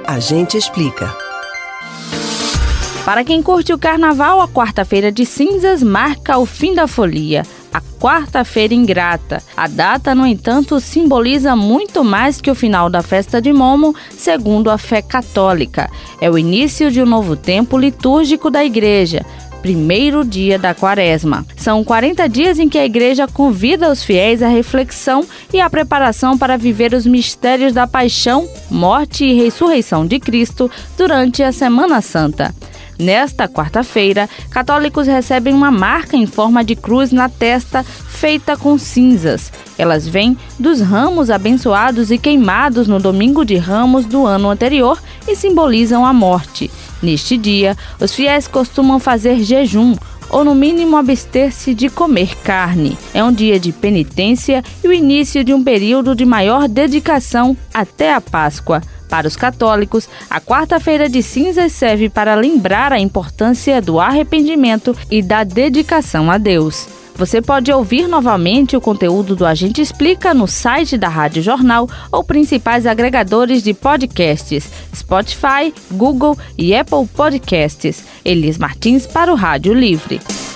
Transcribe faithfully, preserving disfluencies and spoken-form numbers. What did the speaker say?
A gente explica. Para quem curte o carnaval, a quarta-feira de cinzas marca o fim da folia. A quarta-feira ingrata. A data, no entanto, simboliza muito mais que o final da festa de Momo, segundo a fé católica. É o início de um novo tempo litúrgico da igreja. Primeiro dia da quaresma. São quarenta dias em que a igreja convida os fiéis à reflexão e à preparação para viver os mistérios da paixão, morte e ressurreição de Cristo durante a Semana Santa. Nesta quarta-feira, católicos recebem uma marca em forma de cruz na testa, feita com cinzas. Elas vêm dos ramos abençoados e queimados no domingo de Ramos do ano anterior e simbolizam a morte. Neste dia, os fiéis costumam fazer jejum, ou no mínimo abster-se de comer carne. É um dia de penitência e o início de um período de maior dedicação até a Páscoa. Para os católicos, a quarta-feira de cinzas serve para lembrar a importância do arrependimento e da dedicação a Deus. Você pode ouvir novamente o conteúdo do A Gente Explica no site da Rádio Jornal ou principais agregadores de podcasts, Spotify, Google e Apple Podcasts. Elis Martins para o Rádio Livre.